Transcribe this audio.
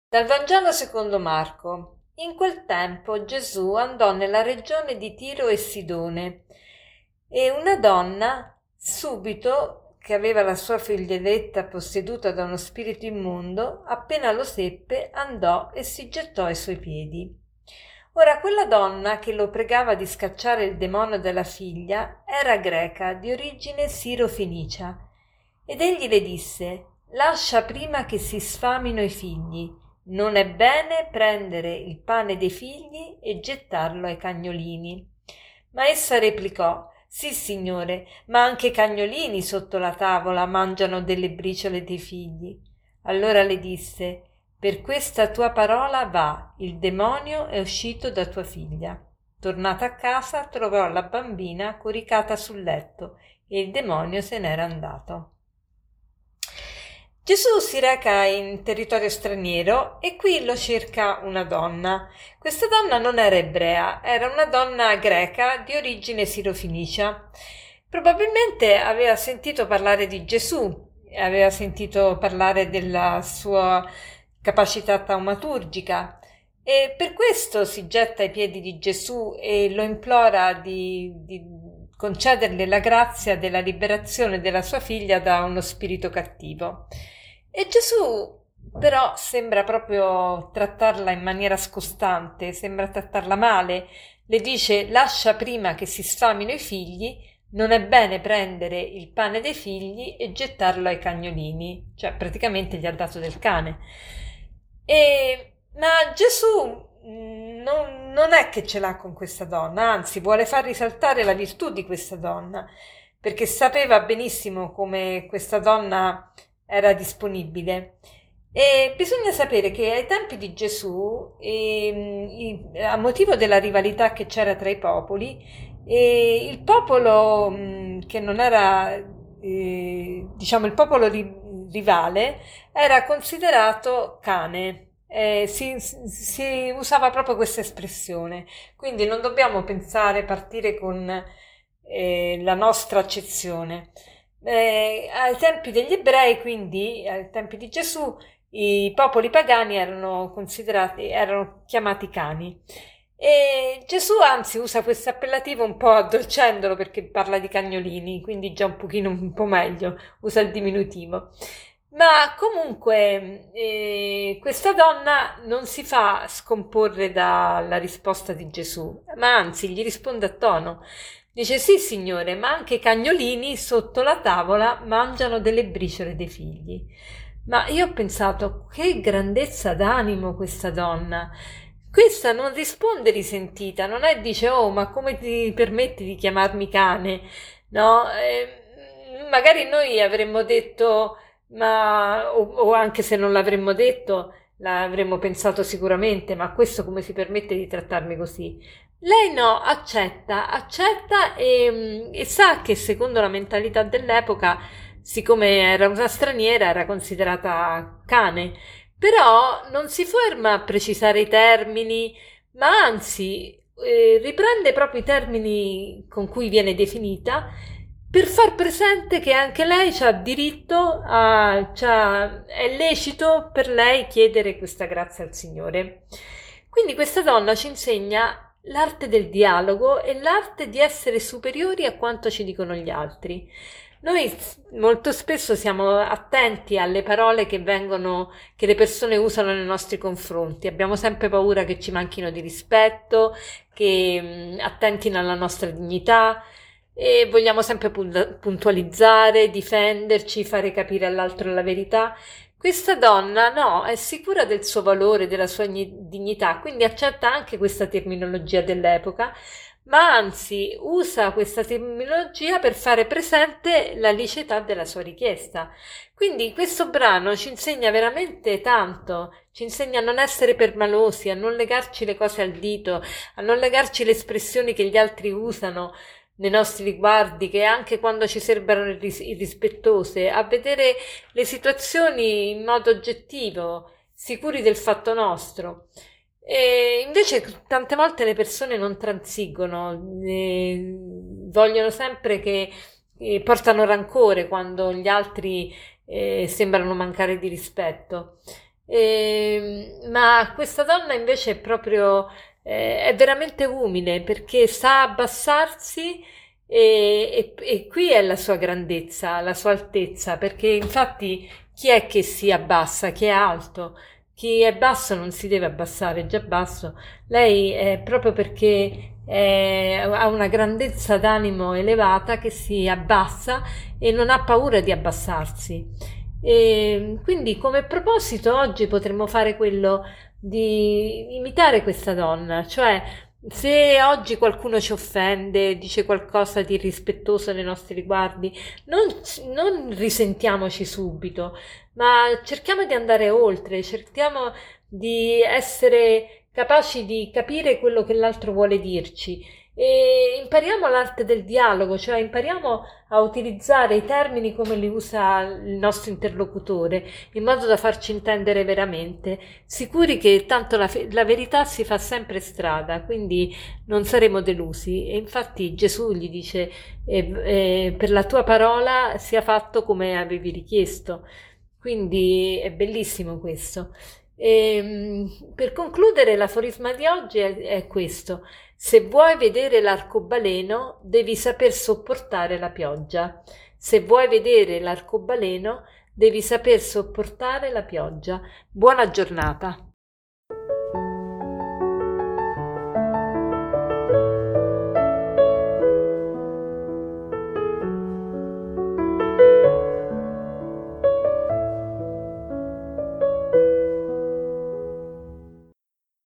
Dal Vangelo secondo Marco. In quel tempo Gesù andò nella regione di Tiro e Sidone e una donna, subito, che aveva la sua figlioletta posseduta da uno spirito immondo, appena lo seppe, andò e si gettò ai suoi piedi. Ora quella donna che lo pregava di scacciare il demonio dalla figlia era greca, di origine siro-fenicia, ed egli le disse: lascia prima che si sfamino i figli. Non è bene prendere il pane dei figli e gettarlo ai cagnolini. Ma essa replicò: sì, signore, ma anche i cagnolini sotto la tavola mangiano delle briciole dei figli. Allora le disse: per questa tua parola va, il demonio è uscito da tua figlia. Tornata a casa, trovò la bambina coricata sul letto e il demonio se n'era andato. Gesù si reca in territorio straniero e qui lo cerca una donna. Questa donna non era ebrea, era una donna greca di origine sirofenicia. Probabilmente aveva sentito parlare di Gesù, aveva sentito parlare della sua capacità taumaturgica e per questo si getta ai piedi di Gesù e lo implora di concederle la grazia della liberazione della sua figlia da uno spirito cattivo. E Gesù però sembra proprio trattarla in maniera scostante, sembra trattarla male. Le dice: lascia prima che si sfamino i figli, non è bene prendere il pane dei figli e gettarlo ai cagnolini, cioè praticamente gli ha dato del cane. Ma Gesù non è che ce l'ha con questa donna, anzi vuole far risaltare la virtù di questa donna, perché sapeva benissimo come questa donna era disponibile. E bisogna sapere che ai tempi di Gesù, a motivo della rivalità che c'era tra i popoli, il popolo che non era, diciamo, il popolo rivale era considerato cane. Si usava proprio questa espressione, quindi non dobbiamo partire con la nostra accezione. Ai tempi degli ebrei, quindi ai tempi di Gesù, i popoli pagani erano chiamati cani. E Gesù anzi usa questo appellativo un po' addolcendolo perché parla di cagnolini, quindi già un po' meglio, usa il diminutivo. Ma comunque questa donna non si fa scomporre dalla risposta di Gesù, ma anzi gli risponde a tono. Dice: sì, signore, ma anche i cagnolini sotto la tavola mangiano delle briciole dei figli. Ma io ho pensato: che grandezza d'animo questa donna! Questa non risponde risentita, non è dice: oh, ma come ti permetti di chiamarmi cane? No, magari noi avremmo detto, o anche se non l'avremmo detto, l'avremmo pensato sicuramente: ma questo come si permette di trattarmi così? Lei no, accetta e sa che secondo la mentalità dell'epoca, siccome era una straniera, era considerata cane, però non si ferma a precisare i termini, ma anzi riprende proprio i termini con cui viene definita per far presente che anche lei ha diritto è lecito per lei chiedere questa grazia al Signore. Quindi questa donna ci insegna l'arte del dialogo e l'arte di essere superiori a quanto ci dicono gli altri. Noi molto spesso siamo attenti alle parole che le persone usano nei nostri confronti. Abbiamo sempre paura che ci manchino di rispetto, che attentino alla nostra dignità e vogliamo sempre puntualizzare, difenderci, fare capire all'altro la verità. Questa donna no, è sicura del suo valore, della sua dignità, quindi accetta anche questa terminologia dell'epoca, ma anzi usa questa terminologia per fare presente la liceità della sua richiesta. Quindi questo brano ci insegna veramente tanto, ci insegna a non essere permalosi, a non legarci le cose al dito, a non legarci le espressioni che gli altri usano nei nostri riguardi, che anche quando ci sembrano irrispettose, a vedere le situazioni in modo oggettivo, sicuri del fatto nostro. E invece tante volte le persone non transigono, vogliono sempre portano rancore quando gli altri sembrano mancare di rispetto. Ma questa donna invece è proprio, è veramente umile perché sa abbassarsi e qui è la sua grandezza, la sua altezza, perché infatti chi è che si abbassa? Chi è alto? Chi è basso non si deve abbassare, è già basso. Lei è proprio perché ha una grandezza d'animo elevata che si abbassa e non ha paura di abbassarsi. E quindi come proposito oggi potremmo fare quello di imitare questa donna, cioè se oggi qualcuno ci offende, dice qualcosa di irrispettoso nei nostri riguardi, non, non risentiamoci subito, ma cerchiamo di andare oltre, cerchiamo di essere capaci di capire quello che l'altro vuole dirci e impariamo l'arte del dialogo, cioè impariamo a utilizzare i termini come li usa il nostro interlocutore, in modo da farci intendere veramente, sicuri che tanto la verità si fa sempre strada, quindi non saremo delusi. E infatti Gesù gli dice, per la tua parola sia fatto come avevi richiesto. Quindi è bellissimo questo. Per concludere, l'aforisma di oggi è questo: se vuoi vedere l'arcobaleno, devi saper sopportare la pioggia. Se vuoi vedere l'arcobaleno, devi saper sopportare la pioggia. Buona giornata.